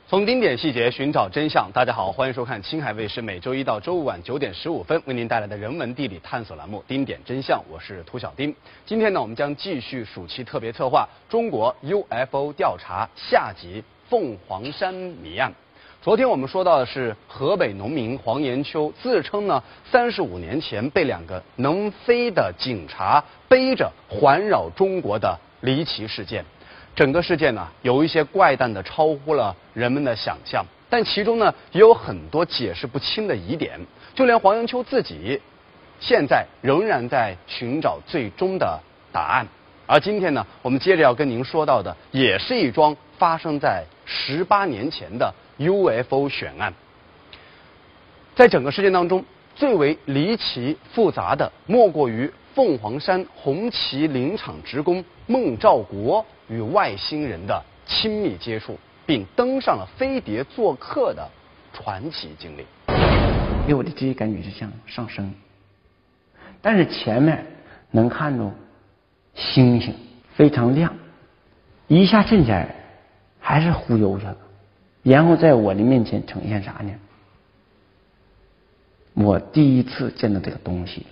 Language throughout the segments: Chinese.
从丁点细节寻找真相。大家好，欢迎收看青海卫视每周一到周五晚9点15分为您带来的人文地理探索栏目《丁点真相》，我是涂小丁。今天呢，我们将继续暑期特别策划中国 UFO 调查下集凤凰山谜案。昨天我们说到的是河北农民黄延秋自称呢35年前被2个能飞的警察背着环绕中国的离奇事件。整个事件呢有一些怪诞的超乎了人们的想象，但其中呢也有很多解释不清的疑点，就连黄延秋自己现在仍然在寻找最终的答案。而今天呢，我们接着要跟您说到的也是一桩发生在18年前的 UFO 悬案。在整个事件当中，最为离奇复杂的莫过于凤凰山红旗林场职工孟兆国与外星人的亲密接触，并登上了飞碟做客的传奇经历。 给我的直觉感觉是像上升，但是前面能看到星星非常亮，一下震起来还是忽悠下的，然后在我的面前呈现啥呢？我第一次见到这个东西。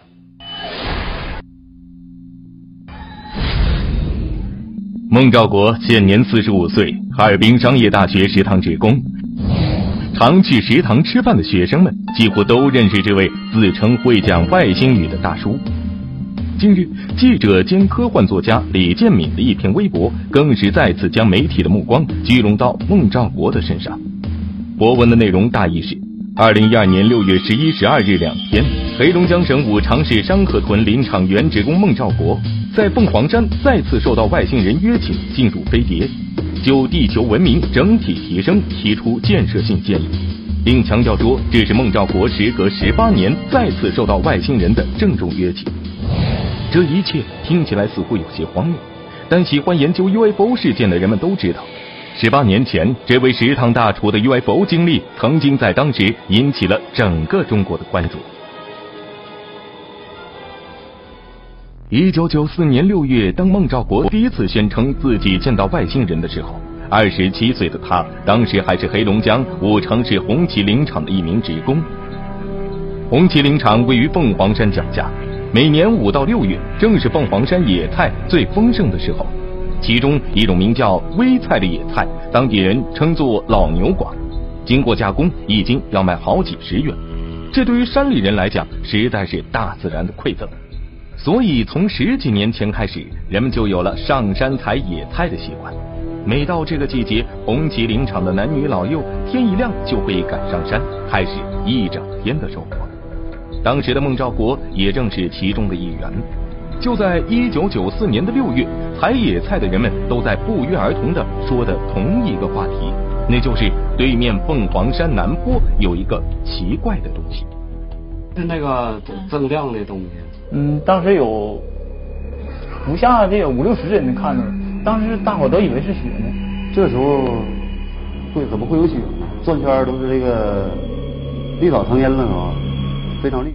孟兆国现年45岁，哈尔滨商业大学食堂职工。常去食堂吃饭的学生们几乎都认识这位自称会讲外星语的大叔。近日，记者兼科幻作家李建敏的一篇微博更是再次将媒体的目光聚拢到孟兆国的身上。博文的内容大意是：2012年6月11、12日2天，黑龙江省五常市商河屯林场原职工孟兆国在凤凰山再次受到外星人约请进入飞碟，就地球文明整体提升提出建设性建议，并强调说这是孟兆国时隔18年再次受到外星人的郑重约请。这一切听起来似乎有些荒谬，但喜欢研究 UFO 事件的人们都知道，18年前这位食堂大厨的 UFO 经历曾经在当时引起了整个中国的关注。1994年6月，当孟兆国第一次宣称自己见到外星人的时候，27岁的他当时还是黑龙江五常市红旗林场的一名职工。红旗林场位于凤凰山脚下，每年5到6月正是凤凰山野菜最丰盛的时候，其中一种名叫微菜的野菜，当地人称作老牛quả，经过加工一斤要卖好几十元，这对于山里人来讲实在是大自然的馈赠。所以从10几年前开始，人们就有了上山采野菜的习惯。每到这个季节，红旗林场的男女老幼天一亮就会赶上山，开始一整天的收获。当时的孟兆国也正是其中的一员。就在1994年的6月，采野菜的人们都在不约而同地说的同一个话题，那就是对面凤凰山南坡有一个奇怪的东西。 是那个锃亮的东西。 当时有不下得有50-60人看着，当时大伙都以为是雪呢。 这时候怎么会有雪？转圈都是这个绿草成荫了啊，非常绿。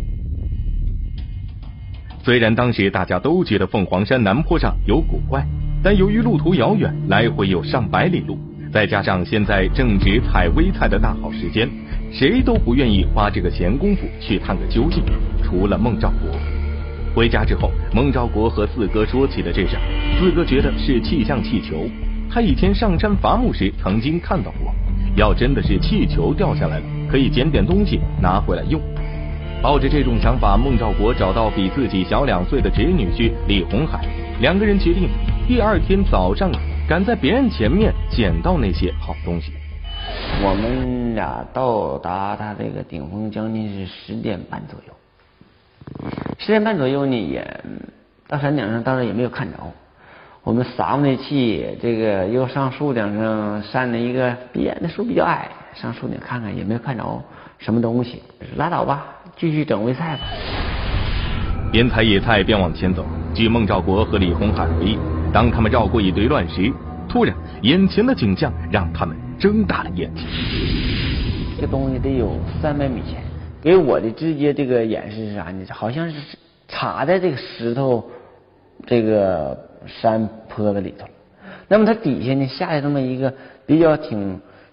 虽然当时大家都觉得凤凰山南坡上有古怪，但由于路途遥远，来回有上百里路，再加上现在正值采微菜的大好时间，谁都不愿意花这个闲工夫去探个究竟，除了孟兆国。回家之后，孟兆国和四哥说起了这事，四哥觉得是气象气球，他以前上山伐木时曾经看到过，要真的是气球掉下来了，可以捡点东西拿回来用。抱着这种想法，孟兆国找到比自己小2岁的侄女婿李红海，2个人决定第2天早上赶在别人前面捡到那些好东西。 我们俩到达他这个顶峰将近是10点半左右，10点半左右呢，也到山顶上，当然也没有看着。我们撒过那气，这个又上树顶上扇了一个那树比较矮，上树顶看看也没有看着什么东西，拉倒吧，继续整微菜吧。 边采野菜边往前走，据孟兆国和李红海回忆，当他们绕过一堆乱石，突然眼前的景象让他们睁大了眼睛。 这个东西得有300米前，给我的直接这个演示是啥呢？好像是插在这个石头这个山坡子里头，那么它底下呢下来这么一个比较挺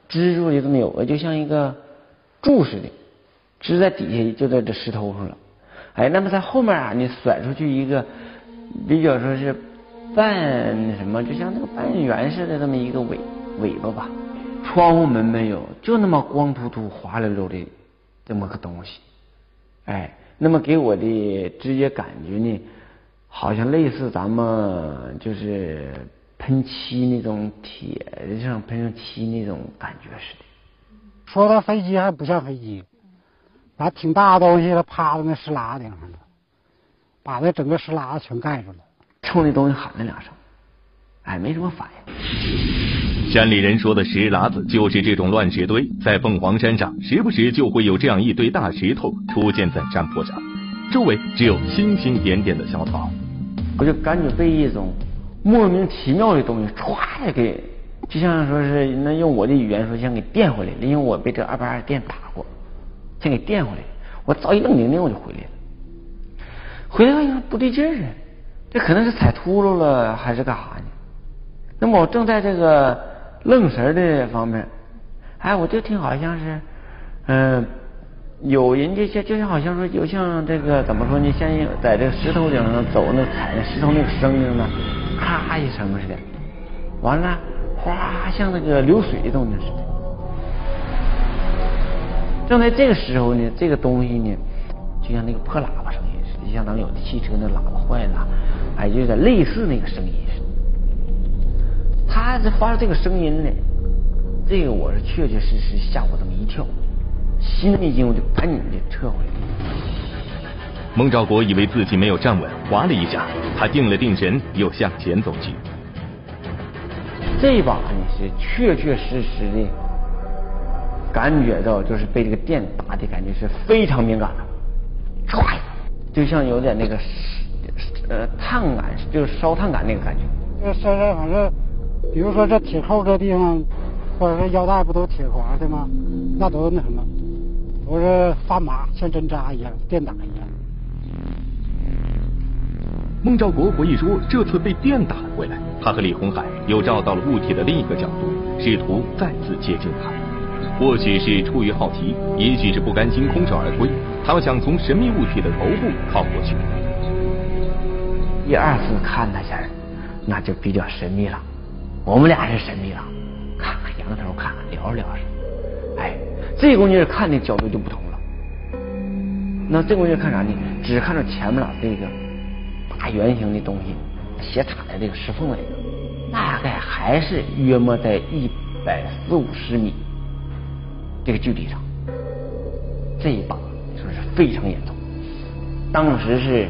支住的这么有个，就像一个柱似的，支在底下就在这石头上了。哎，那么在后面啊，你甩出去一个比较说是半什么，就像那个半圆似的这么一个尾巴吧。窗户门没有，就那么光秃秃滑溜溜的这么个东西。哎，那么给我的直接感觉呢，好像类似咱们就是喷漆那种铁上喷上漆那种感觉似的。 说它飞机还不像飞机，把挺大的东西它趴在那石拉顶上了，把那整个石拉全盖住了。 冲那东西喊了2声，哎，没什么反应。 山里人说的石喇子就是这种乱石堆，在凤凰山上时不时就会有这样一堆大石头出现在山坡上，周围只有星星点点的小草。 我就感觉被一种莫名其妙的东西歘给，就像说是那用我的语言说，像给电回来了，因为我被这220电打过，像给电回来，我早一愣灵灵我就回来了。回来以后不对劲儿啊，这可能是踩秃噜了还是干啥呢？那么我正在这个愣神的方面，哎，我就听好像是，有人家就像好像说有像这个怎么说呢，像在这个石头顶上走那踩那石头那个声音呢，咔一声似的，完了哗像那个流水的动静似的。正在这个时候呢，这个东西呢，就像那个破喇叭声音似的，就像咱们有的汽车那喇叭坏了，哎，有点类似那个声音似的。他这发出这个声音呢，这个我是确确实实吓我这么一跳，心一惊，我就赶紧就撤回来。 孟兆国以为自己没有站稳，滑了一下，他定了定神，又向前走去。 这一把呢是确确实实的感觉到，就是被这个电打的感觉是非常敏感的，唰，就像有点那个烫感，就是烧烫感那个感觉。 这身上反正，比如说这铁扣这地方，或者是腰带不都铁环的吗？那都那什么，都是发麻，像针扎一样，电打一样。 孟兆国回忆说，这次被电打回来，他和李红海又照到了物体的另一个角度，试图再次接近它。或许是出于好奇，也许是不甘心空手而归，他们想从神秘物体的头部靠过去。 第2次看他前，那就比较神秘了。我们俩是神秘了，看看仰头看，聊着聊着，哎，这功夫看的角度就不同了。那这功夫看啥呢？只看着前面了这个大圆形的东西，斜插在这个石缝里，大概还是约莫在140-150米这个距离上。这一把说是非常严重，当时是，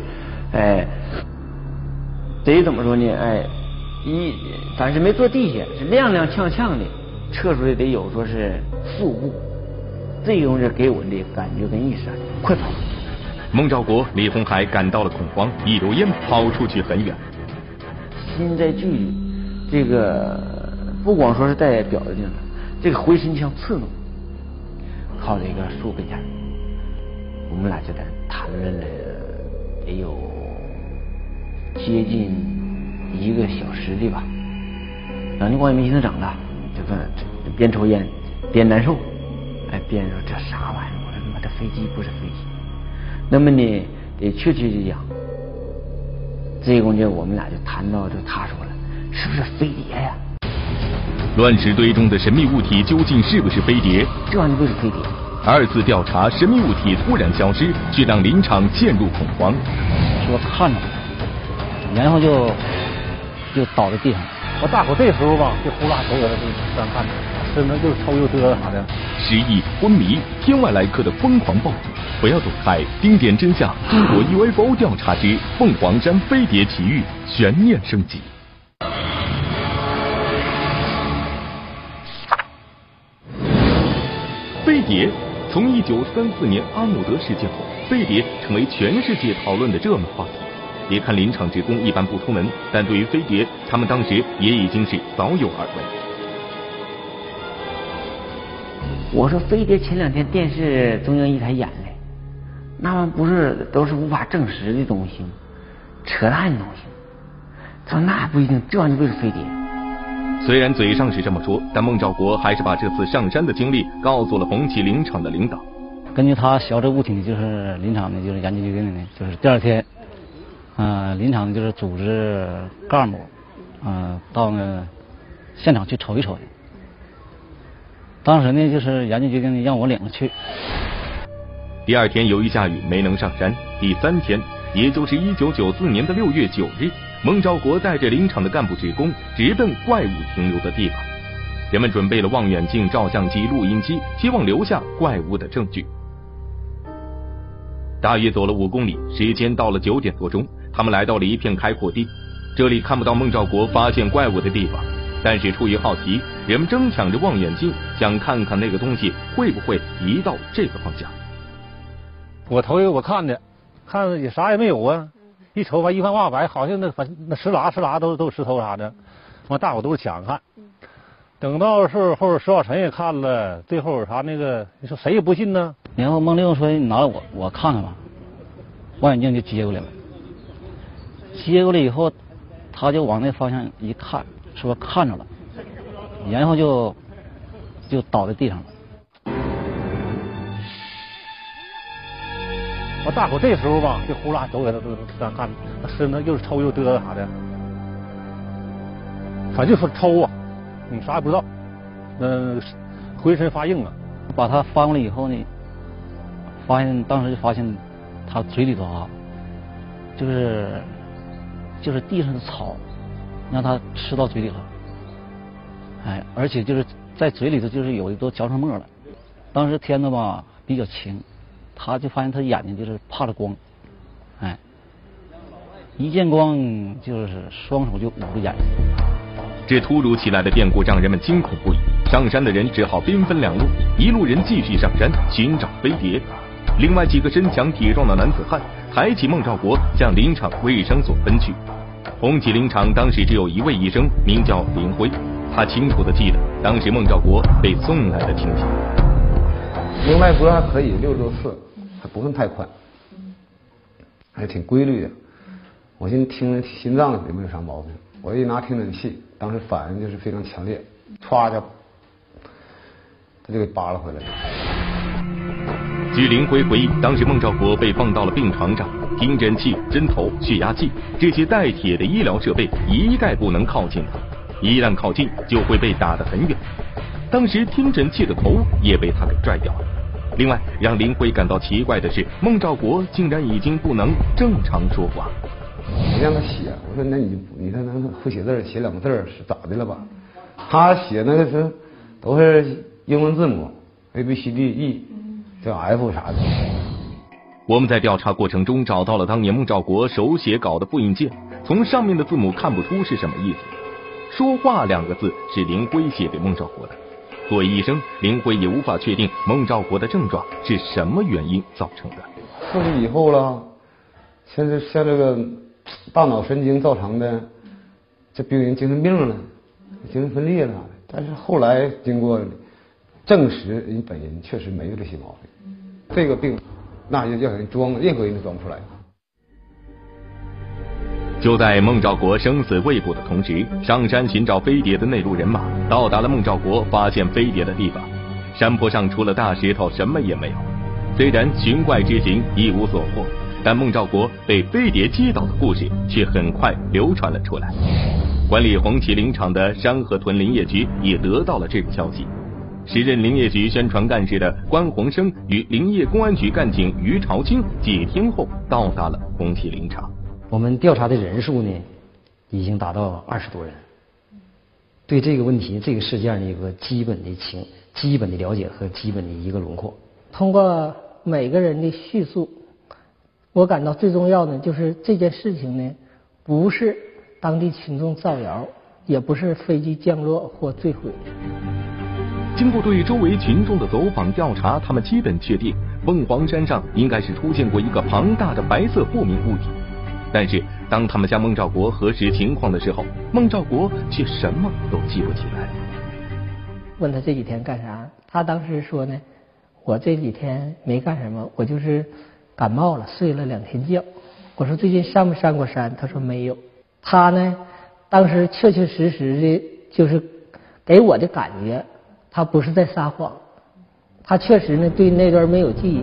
得怎么说呢？哎，反正没坐地下，是踉踉跄跄的撤出来，得有说是4-5步。这种是给我的感觉跟意识啊，快跑！ 孟兆国、李红海感到了恐慌，一溜烟跑出去很远。 心在剧里，这个不光说是在表子地方，这个浑身像刺挠。靠着一个树跟前，我们俩就在谈论了得有接近1个小时的吧。你光也没听他长大，这个边抽烟边难受，哎，边说这啥玩意儿？我说他妈这飞机不是飞机。那么呢，得确切的讲，这功夫我们俩就谈到，就他说了，是不是飞碟呀？ 乱石堆中的神秘物体究竟是不是飞碟？ 这玩意儿不是飞碟。 2次调查，神秘物体突然消失，却让林场陷入恐慌。 说看着，然后就倒在地上。 我大伙这时候吧，就呼啦都搁这这样看着，身子又抽又嘚啥的。 失忆、昏迷，天外来客的疯狂报复。不要躲开，丁点真相，中国 UFO 调查之凤凰山飞碟奇遇，悬念升级。飞碟，从1934年阿姆德事件后，飞碟成为全世界讨论的热门话题。别看林场职工一般不出门，但对于飞碟，他们当时也已经是早有耳闻。 我说飞碟前2天电视中央1台演的，那玩意不是都是无法证实的东西吗？扯淡的东西。他说那不一定，这玩意不是飞碟。 虽然嘴上是这么说，但孟兆国还是把这次上山的经历告诉了红旗林场的领导。 根据他销这物体，就是林场的，就是研究决定的，就是第二天，林场就是组织干部，到那现场去瞅一瞅的。当时呢，就是研究决定的让我领着去。 第二天由于下雨没能上山，第三天，也就是1994年的6月9日，孟兆国带着林场的干部职工直奔怪物停留的地方。人们准备了望远镜、照相机、录音机，希望留下怪物的证据。大约走了5公里，时间到了9点多钟，他们来到了一片开阔地。这里看不到孟兆国发现怪物的地方，但是出于好奇，人们争抢着望远镜，想看看那个东西会不会移到这个方向。 我头一个我看的，看也啥也没有啊，一瞅吧一片瓦白，好像那石拉都石头啥的，完大伙都是抢看。等到是后石小晨也看了，最后啥那个，你说谁也不信呢？ 然后孟令说：“你拿来我看看吧。”望远镜就接过来了，接过来以后，他就往那方向一看，说看着了，然后就倒在地上了。 我大伙这时候吧，就呼啦都给他看，那身子又是抽又嘚瑟啥的，反正就说抽啊，你啥也不知道，浑身发硬啊。 把他翻过来以后呢，当时就发现他嘴里头就是地上的草，让他吃到嘴里头，而且就是在嘴里头就是有一都嚼成沫了。当时天子吧比较晴，他就发现他眼睛就是怕了光，一见光就是双手就捂着眼睛。 这突如其来的变故让人们惊恐不已，上山的人只好兵分两路，一路人继续上山寻找飞碟，另外几个身强体壮的男子汉抬起孟兆国向林场卫生所奔去。红旗林场当时只有一位医生，名叫林辉，他清楚地记得当时孟兆国被送来的情景。 动脉搏还可以，60多次，还不算太快，还挺规律的。我寻思听心脏有没有啥毛病，我一拿听诊器，当时反应就是非常强烈，歘就他就给扒拉回来了。 据林辉回忆，当时孟兆国被放到了病床上，听诊器、针头、血压计这些带铁的医疗设备一概不能靠近他，一旦靠近就会被打得很远。当时听诊器的头也被他给拽掉了。另外，让林辉感到奇怪的是，孟兆国竟然已经不能正常说话。 我让他写，我说那你看他会写字，写2个字是咋的了吧？他写那个是都是英文字母 ABCDE， 叫 F 啥的。 我们在调查过程中找到了当年孟兆国手写稿的复印件，从上面的字母看不出是什么意思。说话2个字是林辉写给孟兆国的。作为医生，林辉也无法确定孟兆国的症状是什么原因造成的。 40以后了，像这个大脑神经造成的，这病人精神病了，精神分裂了。但是后来经过证实，人本人确实没有这些毛病。这个病，那要人装，任何人都装不出来。 就在孟兆国生死未卜的同时，上山寻找飞碟的那路人马到达了孟兆国发现飞碟的地方。山坡上除了大石头什么也没有。虽然寻怪之行一无所获，但孟兆国被飞碟击倒的故事却很快流传了出来。管理红旗林场的山河屯林业局也得到了这个消息。时任林业局宣传干事的关洪生与林业公安局干警于朝清几天后到达了红旗林场。 我们调查的人数呢，已经达到20多人，对这个问题、这个事件的一个基本的了解和基本的一个轮廓。 通过每个人的叙述，我感到最重要的就是这件事情呢，不是当地群众造谣，也不是飞机降落或坠毁。 经过对周围群众的走访调查，他们基本确定凤凰山上应该是出现过一个庞大的白色不明物体。但是当他们向孟兆国核实情况的时候，孟兆国却什么都记不起来。 问他这几天干啥，他当时说呢，我这几天没干什么，我就是感冒了，睡了2天觉。我说最近上没上过山？他说没有。他呢，当时确确实实的就是给我的感觉，他不是在撒谎，他确实呢对那段没有记忆。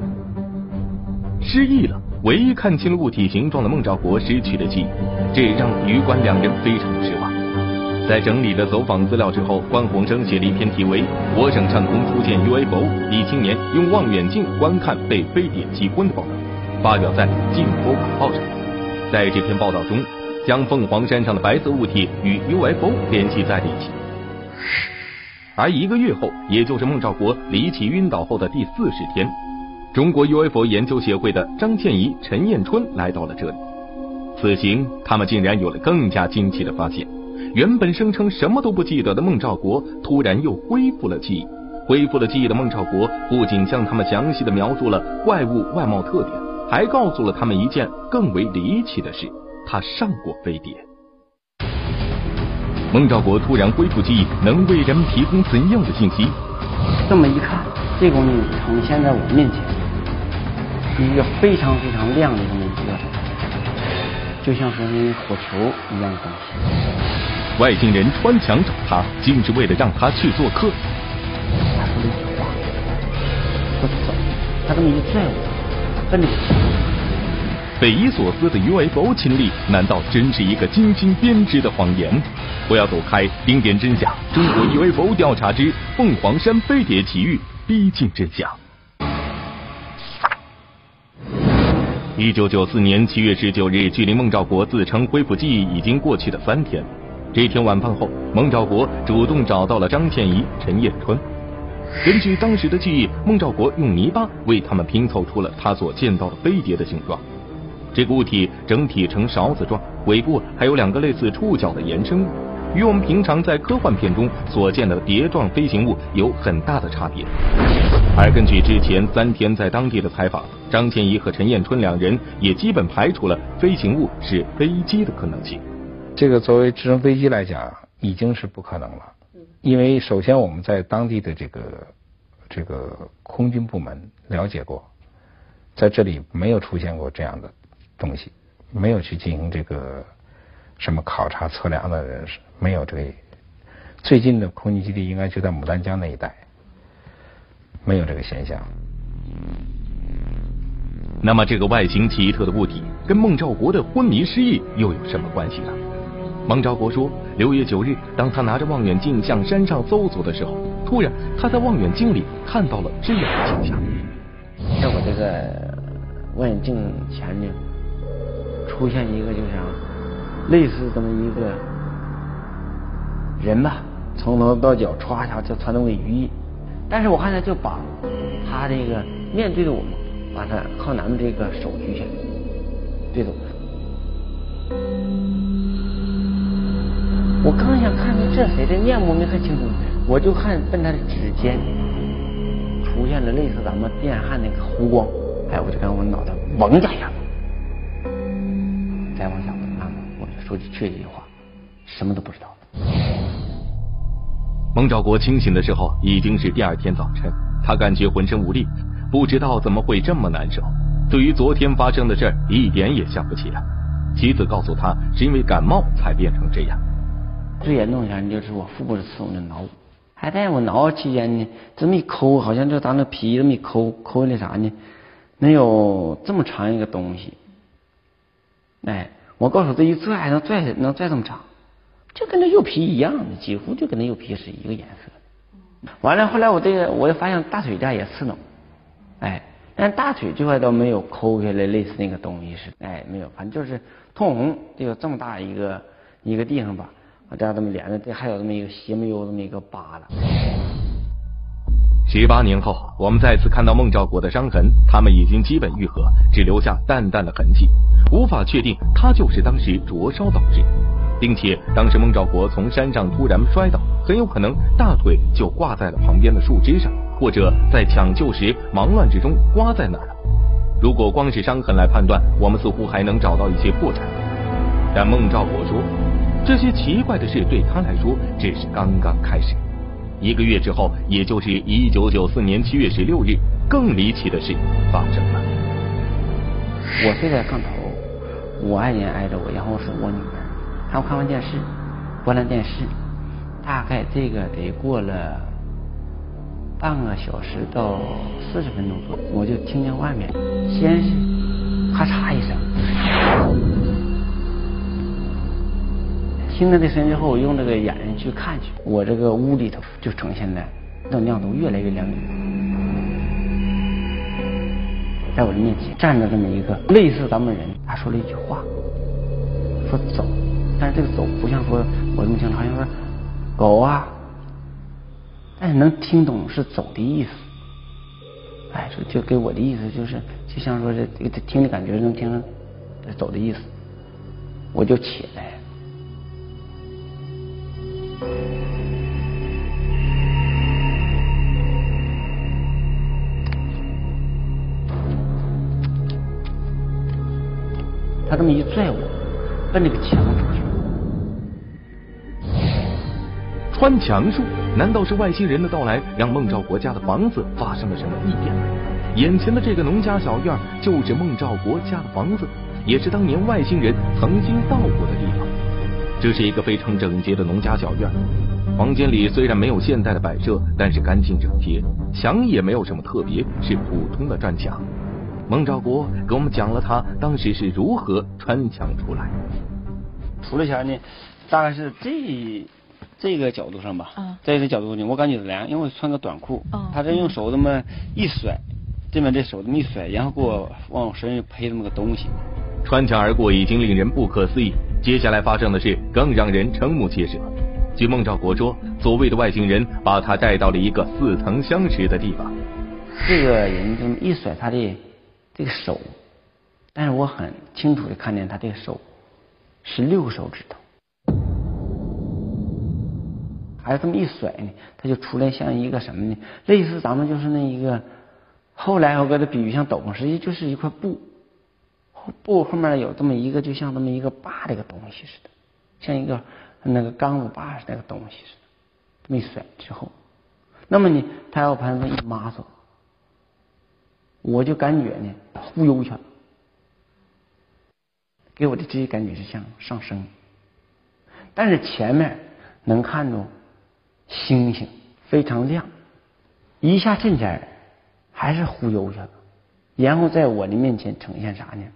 失忆了，唯一看清了物体形状的孟兆国失去了记忆，这让于关两人非常失望。在整理了走访资料之后，关鸿生写了一篇题为《我省上空出现 UFO， 李青年用望远镜观看被飞碟击昏》的报道，发表在《镜头晚报》上。在这篇报道中，将凤凰山上的白色物体与 UFO 联系在了一起。而1个月后，也就是孟兆国离奇晕倒后的第40天，中国 UFO 研究协会的张倩怡、陈彦春来到了这里。此行，他们竟然有了更加惊奇的发现。原本声称什么都不记得的孟兆国，突然又恢复了记忆。恢复了记忆的孟兆国不仅向他们详细的描述了怪物外貌特点，还告诉了他们一件更为离奇的事：他上过飞碟。孟兆国突然恢复记忆，能为人们提供怎样的信息？ 这么一看，这东西呈现在我面前，一个非常非常亮的这么一个，就像是那火球一样的东西。 外星人穿墙找他，竟是为了让他去做客。 他说了一句话：“我走。”他这么一拽我，跟着我。 匪夷所思的 UFO 亲历，难道真是一个精心编织的谎言？不要走开，丁点真相，中国 UFO 调查之凤凰山飞碟奇遇，逼近真相。1994年7月19日，距离孟兆国自称恢复记忆已经过去了3天。这天晚饭后，孟兆国主动找到了张倩怡、陈彦春。根据当时的记忆，孟兆国用泥巴为他们拼凑出了他所见到的飞碟的形状。这个物体整体呈勺子状，尾部还有2个类似触角的延伸物，与我们平常在科幻片中所见的碟状飞行物有很大的差别。而根据之前3天在当地的采访，张倩怡和陈彦春2人也基本排除了飞行物是飞机的可能性。 这个作为直升飞机来讲，已经是不可能了。因为首先我们在当地的这个空军部门了解过，在这里没有出现过这样的东西，没有去进行这个什么考察测量的人士，没有这个。最近的空军基地应该就在牡丹江那一带，没有这个现象。 那么这个外形奇特的物体跟孟兆国的昏迷失忆又有什么关系呢？孟兆国说，6月9日，当他拿着望远镜向山上搜索的时候，突然他在望远镜里看到了这样的景象。 在我这个望远镜前呢，出现一个就像类似这么一个人吧，从头到脚歘一下就穿那么羽翼，但是我看他就把他这个面对着我们，把他靠南的这个手举起来，对着我。我刚想看看这谁的面目没看清楚，我就看奔他的指尖出现了类似咱们电焊那个弧光，哎，我就看我脑袋嗡一下，再往下慢慢，我就说句确切话，什么都不知道。 孟兆国清醒的时候已经是第2天早晨，他感觉浑身无力，不知道怎么会这么难受。对于昨天发生的事一点也想不起来。妻子告诉他，是因为感冒才变成这样。 最严重的就是我腹部的刺痛的挠，还在我挠期间呢，这么一抠，好像就当那皮这么一抠那啥呢，能有这么长一个东西。哎，我告诉这一拽能拽这么长，就跟那柚皮一样的，几乎就跟那柚皮是一个颜色。完了，后来我就发现大腿这也刺挠，哎，但大腿这块倒没有抠下来类似那个东西似的，哎，没有，反正就是通红，就有这么大一个地方吧。这样这么连着，这还有这么一个斜没有这么一个疤了。 18年后，我们再次看到孟兆国的伤痕，他们已经基本愈合，只留下淡淡的痕迹，无法确定他就是当时灼烧导致，并且当时孟兆国从山上突然摔倒，很有可能大腿就挂在了旁边的树枝上，或者在抢救时忙乱之中刮在哪儿了。如果光是伤痕来判断，我们似乎还能找到一些破绽。但孟兆国说，这些奇怪的事对他来说只是刚刚开始。1个月之后，也就是1994年7月16日，更离奇的事发生了。 我睡在炕头，我爱人挨着我，然后是我女儿，他们看完电视，关了电视， 大概这个得过了半个小时到40分钟左右，我就听见外面先是咔嚓一声，听到这声之后，我用这个眼睛去看去，我这个屋里头就呈现的那种亮度越来越亮丽。在我的面前站着这么一个类似咱们人，他说了一句话，说走，但是这个走不像说我这么听着，好像说狗啊，但是能听懂是走的意思。哎，就给我的意思就是，就像说这听的感觉能听着走的意思，我就起来。他这么一拽我，奔那个墙出去。 穿墙术，难道是外星人的到来让孟兆国家的房子发生了什么异变？眼前的这个农家小院就是孟兆国家的房子，也是当年外星人曾经到过的地方。这是一个非常整洁的农家小院，房间里虽然没有现代的摆设，但是干净整洁，墙也没有什么特别，是普通的砖墙。孟兆国给我们讲了他当时是如何穿墙出来。 出了前呢，大概是这个角度上吧，在这角度呢，我感觉凉，因为我穿个短裤，他这用手这么一甩，这边这手这么一甩，然后给我往我身上配这么个东西。 穿墙而过已经令人不可思议，接下来发生的事更让人瞠目结舌。据孟兆国说，所谓的外星人把他带到了一个似曾相识的地方。 这个人这么一甩他的这个手，但是我很清楚的看见他这个手是6个手指头，还是这么一甩呢，他就出来像一个什么呢？类似咱们就是那一个，后来我给他比喻像斗篷，实际就是一块布，布后面有这么一个，就像这么一个把这个东西似的，像一个那个钢子把那个东西似的，这么一甩之后，那么呢，他要把它一抹走。我就感觉呢，忽悠去了，给我的这些感觉是像上升，但是前面能看着星星非常亮，一下进去还是忽悠去了，然后在我的面前呈现啥呢？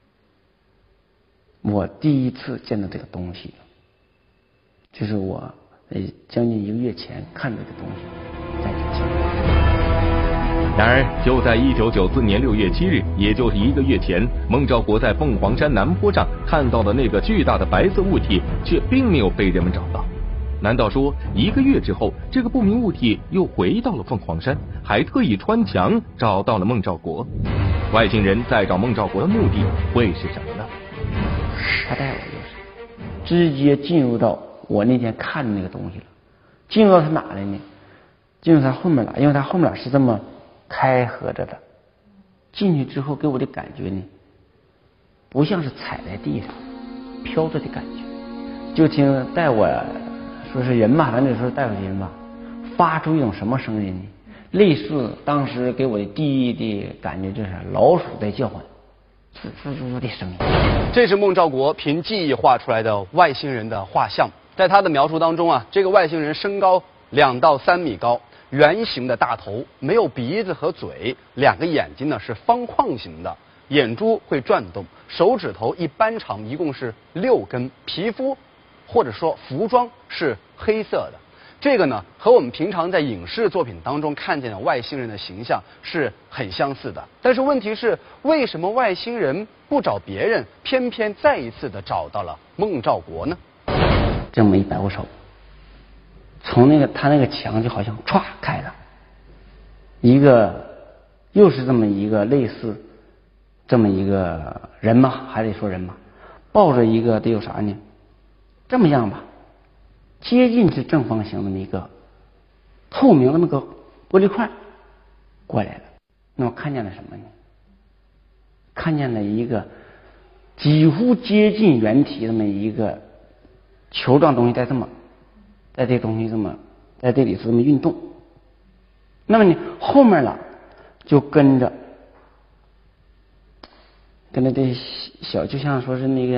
我第一次见到这个东西，就是我将近1个月前看到的东西，在这前。 然而，就在1994年6月7日，也就是1个月前，孟兆国在凤凰山南坡上看到的那个巨大的白色物体，却并没有被人们找到。难道说1个月之后，这个不明物体又回到了凤凰山，还特意穿墙找到了孟兆国？外星人在找孟兆国的目的会是什么呢？ 他带我就是直接进入到我那天看的那个东西了，进入到他哪来呢？进入他后面了，因为他后面是这么开合着的，进去之后给我的感觉呢，不像是踩在地上飘着的感觉，就听带我说是人吧，咱就说带我的人吧，发出一种什么声音呢？类似当时给我的第一的感觉就是老鼠在叫唤，呲呲呲的声音。 这是孟兆国凭记忆画出来的外星人的画像，在他的描述当中啊，这个外星人身高2到3米高。圆形的大头，没有鼻子和嘴，2个眼睛呢是方框形的，眼珠会转动，手指头一般长，一共是6根，皮肤或者说服装是黑色的。这个呢和我们平常在影视作品当中看见的外星人的形象是很相似的。但是问题是，为什么外星人不找别人，偏偏再一次的找到了孟兆国呢？ 这么一摆我手，从他那个墙就好像歘开了，一个又是这么一个类似这么一个人吧，还得说人吧，抱着一个得有啥呢？这么样吧，接近是正方形那么一个透明的那个玻璃块过来了。那我看见了什么呢？看见了一个几乎接近圆体这么一个球状东西，在这东西在这里是这么运动。那么呢，后面了就跟着这小，就像说是那个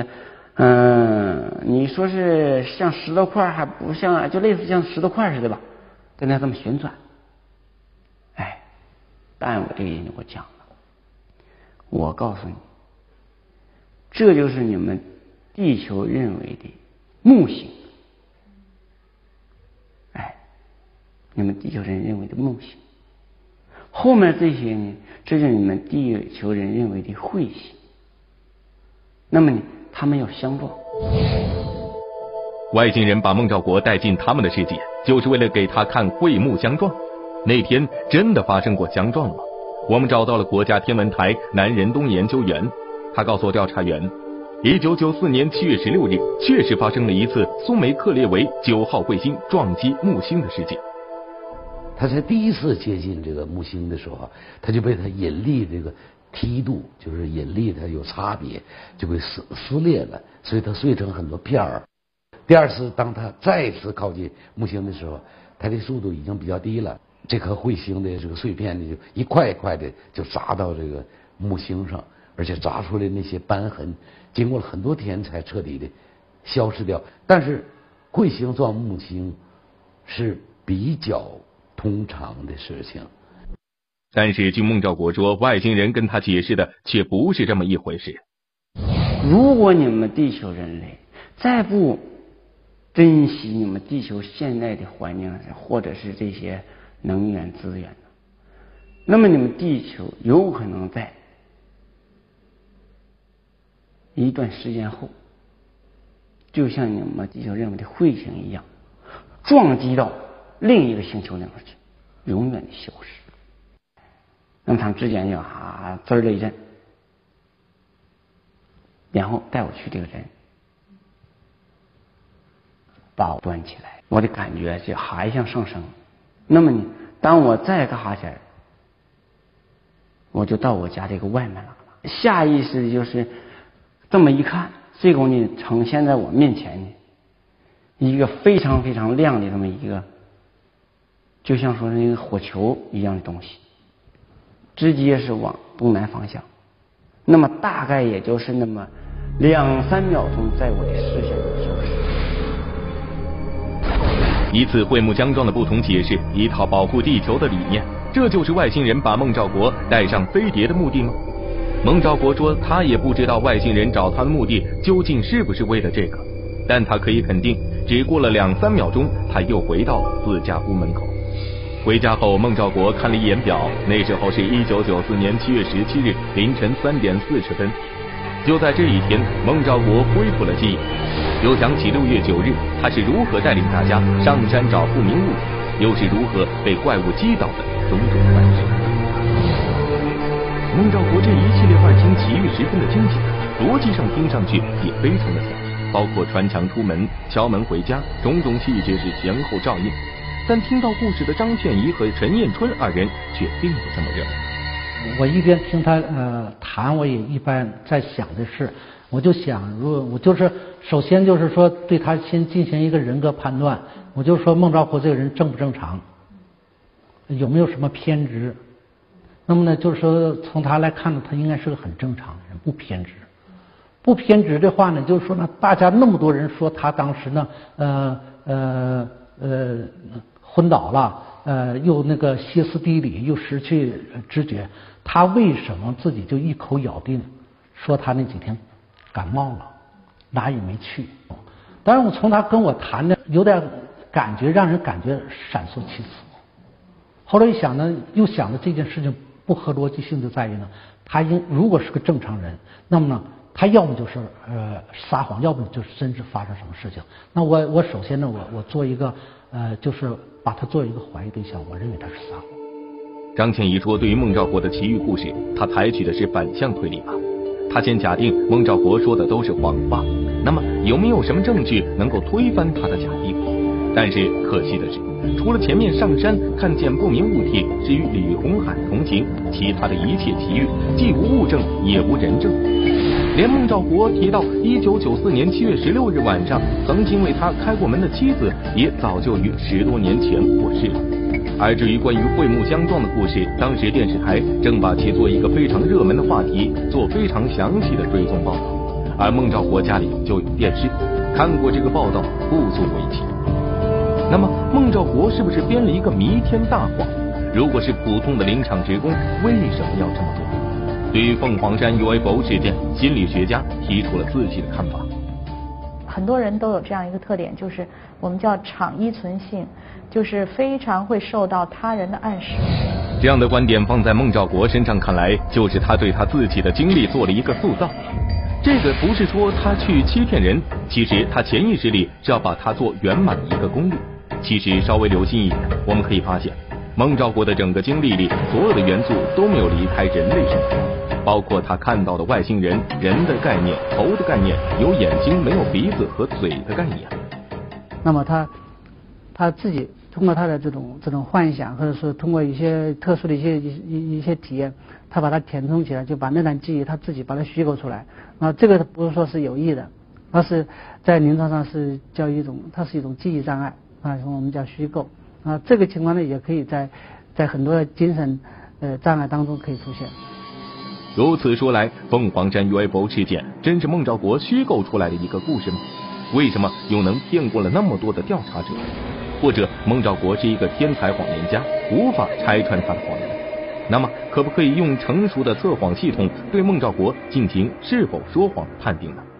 你说是像石头块还不像，就类似像石头块似的吧，在那这么旋转。哎，但我这个人就给我讲了，我告诉你，这就是你们地球认为的木星。哎，你们地球人认为的木星。后面这些呢，这是你们地球人认为的彗星。那么呢，他们要相撞。 外星人把孟兆国带进他们的世界，就是为了给他看彗木相撞。那天真的发生过相撞吗？我们找到了国家天文台南仁东研究员，他告诉调查员，1994年7月16日确实发生了一次苏梅克列维9号彗星撞击木星的事件。 他在第一次接近这个木星的时候，他就被他引力这个梯度，就是引力它有差别，就被撕裂了，所以它碎成很多片儿。第二次当他再次靠近木星的时候，它的速度已经比较低了，这颗彗星的这个碎片呢，就一块一块的就砸到这个木星上，而且砸出来那些斑痕，经过了很多天才彻底的消失掉。但是彗星撞木星是比较通常的事情。 但是据孟兆国说，外星人跟他解释的却不是这么一回事。 如果你们地球人类再不珍惜你们地球现在的环境或者是这些能源资源，那么你们地球有可能在一段时间后，就像你们地球认为的彗星一样，撞击到另一个星球上去，永远的消失。那么他们之间就滋儿了一阵，然后带我去这个人把我端起来，我的感觉就还像上升。那么呢，当我再干哈起来，我就到我家这个外面来了，下意识的就是这么一看，这个呢呈现在我面前呢一个非常非常亮的这么一个，就像说那个火球一样的东西，直接是往东南方向，那么大概也就是那么2-3秒钟在我的视线中消失。 一次彗木相撞的不同解释，一套保护地球的理念，这就是外星人把孟兆国带上飞碟的目的吗？孟兆国说他也不知道外星人找他的目的究竟是不是为了这个，但他可以肯定，只过了2-3秒钟，他又回到自家屋门口。回家后，孟兆国看了一眼表，那时候是1994年7月17日凌晨3点40分。就在这一天，孟兆国恢复了记忆，又想起6月9日他是如何带领大家上山找不明物体，又是如何被怪物击倒的种种怪事。孟兆国这一系列外星奇遇十分的惊险，逻辑上听上去也非常的像，包括穿墙出门、敲门回家，种种细节是前后照应。但听到故事的张倩怡和陈彦春二人却并不这么认为。 我一边听他谈，我也一般在想的是，我就想，我就是首先就是说对他先进行一个人格判断，我就说孟兆国这个人正不正常，有没有什么偏执？那么呢，就是说从他来看呢，他应该是个很正常的人，不偏执。不偏执的话呢，就是说呢，大家那么多人说他当时呢，昏倒了，又那个歇斯底里，又失去知觉，他为什么自己就一口咬定说他那几天感冒了，哪也没去？当然，我从他跟我谈的有点感觉，让人感觉闪烁其词。后来一想呢，又想到这件事情不合逻辑性就在于呢，他如果是个正常人，那么呢，他要么就是撒谎，要么就是真是发生什么事情。那我首先呢，我做一个就是把他作为一个怀疑对象，我认为他是撒谎。 张倩怡说，对于孟兆国的奇遇故事，他采取的是反向推理法。他先假定孟兆国说的都是谎话，那么有没有什么证据能够推翻他的假定？但是可惜的是，除了前面上山看见不明物体是与李红海同行，其他的一切奇遇既无物证也无人证。连孟兆国提到1994年7月16日晚上曾经为他开过门的妻子，也早就于10多年前过世了。而至于关于彗木相撞的故事，当时电视台正把其做一个非常热门的话题，做非常详细的追踪报道。 而孟兆国家里就有电视，看过这个报道不足为奇。那么孟兆国是不是编了一个弥天大谎？如果是普通的林场职工，为什么要这么做？对于凤凰山 UFO 事件，心理学家提出了自己的看法。 很多人都有这样一个特点，就是我们叫场依存性，就是非常会受到他人的暗示。 这样的观点放在孟兆国身上看来，就是他对他自己的经历做了一个塑造。这个不是说他去欺骗人，其实他潜意识里是要把它做圆满的一个功力。其实稍微留心一点，我们可以发现孟兆国的整个经历里，所有的元素都没有离开人类身上，包括他看到的外星人、人的概念、头的概念、有眼睛没有鼻子和嘴的概念。 那么他自己通过他的这种幻想，或者说通过一些特殊的一些体验，他把它填充起来，就把那段记忆他自己把它虚构出来。那这个不是说是有意的，而是在临床上是叫它是一种记忆障碍啊，我们叫虚构啊。这个情况呢，也可以在很多精神障碍当中可以出现。 如此说来，凤凰山 UFO 事件真是孟兆国虚构出来的一个故事吗？为什么又能骗过了那么多的调查者？或者孟兆国是一个天才谎言家，无法拆穿他的谎言？那么可不可以用成熟的测谎系统对孟兆国进行是否说谎判定呢？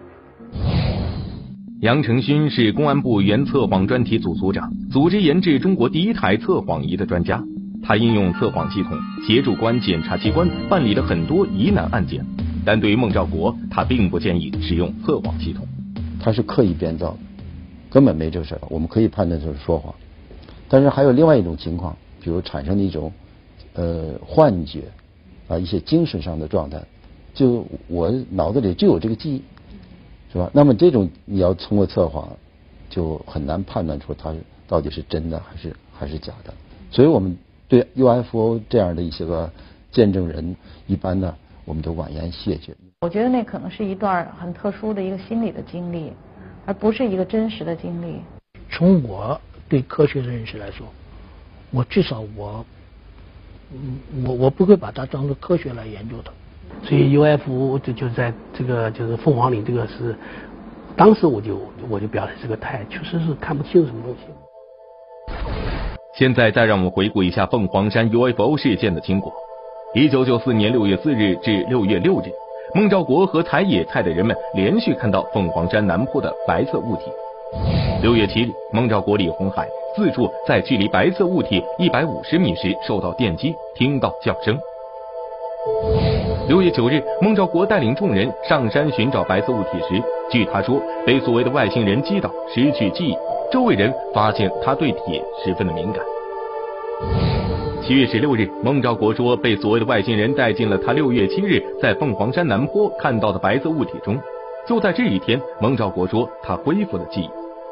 杨成勋是公安部原测谎专题组组长，组织研制中国第一台测谎仪的专家。他应用测谎系统协助公安检察机关办理了很多疑难案件，但对于孟兆国，他并不建议使用测谎系统。 他是刻意编造的，根本没这事儿，我们可以判断就是说谎。但是还有另外一种情况，比如产生的一种幻觉啊，一些精神上的状态，就我脑子里就有这个记忆，是吧？那么这种你要通过测谎，就很难判断出它到底是真的还是假的。所以我们对 UFO 这样的一些个见证人，一般呢我们都婉言谢绝。 我觉得那可能是一段很特殊的一个心理的经历，而不是一个真实的经历。 从我对科学的认识来说，我至少我不会把它当做科学来研究的。 所以 UFO 就在这个就是凤凰岭这个是，当时我就表示这个态，确实是看不清什么东西。 现在再让我们回顾一下凤凰山 UFO 事件的经过。1994年6月4日至6月6日，孟兆国和采野菜的人们连续看到凤凰山南坡的白色物体。6月7日，孟兆国、李红海自处在距离白色物体150米时受到电击，听到叫声。6月9日，孟兆国带领众人上山寻找白色物体时，据他说被所谓的外星人击倒，失去记忆，周围人发现他对铁十分的敏感。7月16日，孟兆国说被所谓的外星人带进了他6月7日在凤凰山南坡看到的白色物体中。就在这一天，孟兆国说他恢复了记忆。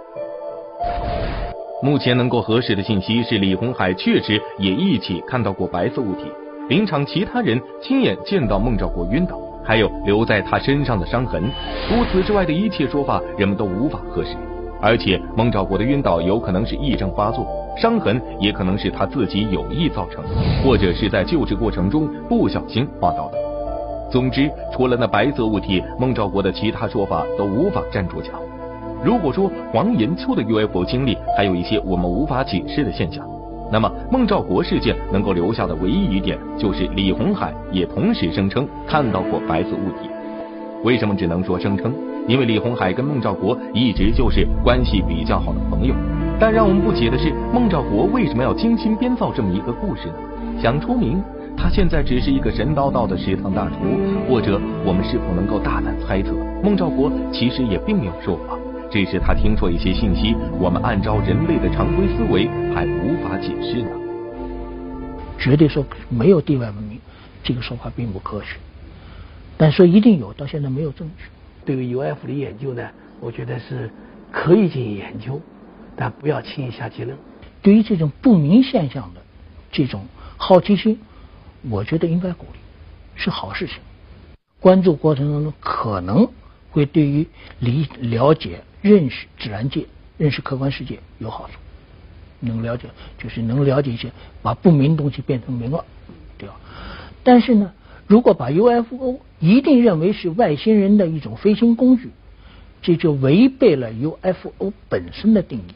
目前能够核实的信息是李红海确实也一起看到过白色物体，林场其他人亲眼见到孟兆国晕倒，还有留在他身上的伤痕。除此之外的一切说法，人们都无法核实。而且孟兆国的晕倒有可能是癔症发作，伤痕也可能是他自己有意造成，或者是在救治过程中不小心滑倒的。总之，除了那白色物体，孟兆国的其他说法都无法站住脚。如果说黄延秋的 UFO 经历还有一些我们无法解释的现象，那么孟兆国事件能够留下的唯一疑点，就是李红海也同时声称看到过白色物体。为什么只能说声称？因为李红海跟孟兆国一直就是关系比较好的朋友。但让我们不解的是，孟兆国为什么要精心编造这么一个故事呢？想出名，他现在只是一个神叨叨的食堂大厨，或者我们是否能够大胆猜测，孟兆国其实也并没有说谎，只是他听说一些信息，我们按照人类的常规思维还无法解释呢。 绝对说没有地外文明，这个说法并不科学。但说一定有，到现在没有证据。 对于 UFO 的研究呢，我觉得是可以进行研究，但不要轻易下结论。 对于这种不明现象的这种好奇心，我觉得应该鼓励，是好事情。关注过程当中可能会对于了解、认识自然界、认识客观世界有好处。能了解就是能了解一些，把不明东西变成明了，对吧？但是呢， 如果把 UFO 一定认为是外星人的一种飞行工具，这就违背了 UFO 本身的定义。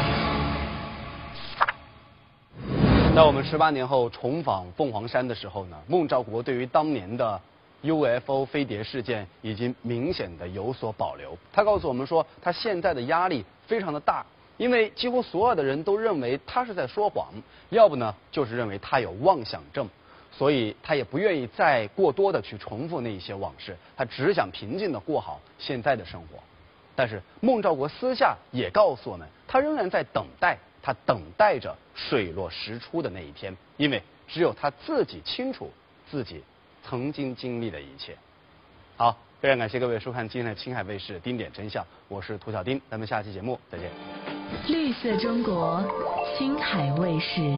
在我们18年后重访凤凰山的时候呢，孟兆国对于当年的 UFO 飞碟事件已经明显的有所保留。他告诉我们说，他现在的压力非常的大，因为几乎所有的人都认为他是在说谎，要不呢就是认为他有妄想症，所以他也不愿意再过多的去重复那一些往事，他只想平静的过好现在的生活。但是孟兆国私下也告诉我们，他仍然在等待，他等待着水落石出的那一天，因为只有他自己清楚自己曾经经历的一切。好，非常感谢各位收看今天的青海卫视丁点真相，我是涂小丁，咱们下期节目再见。 绿色中国，青海卫视。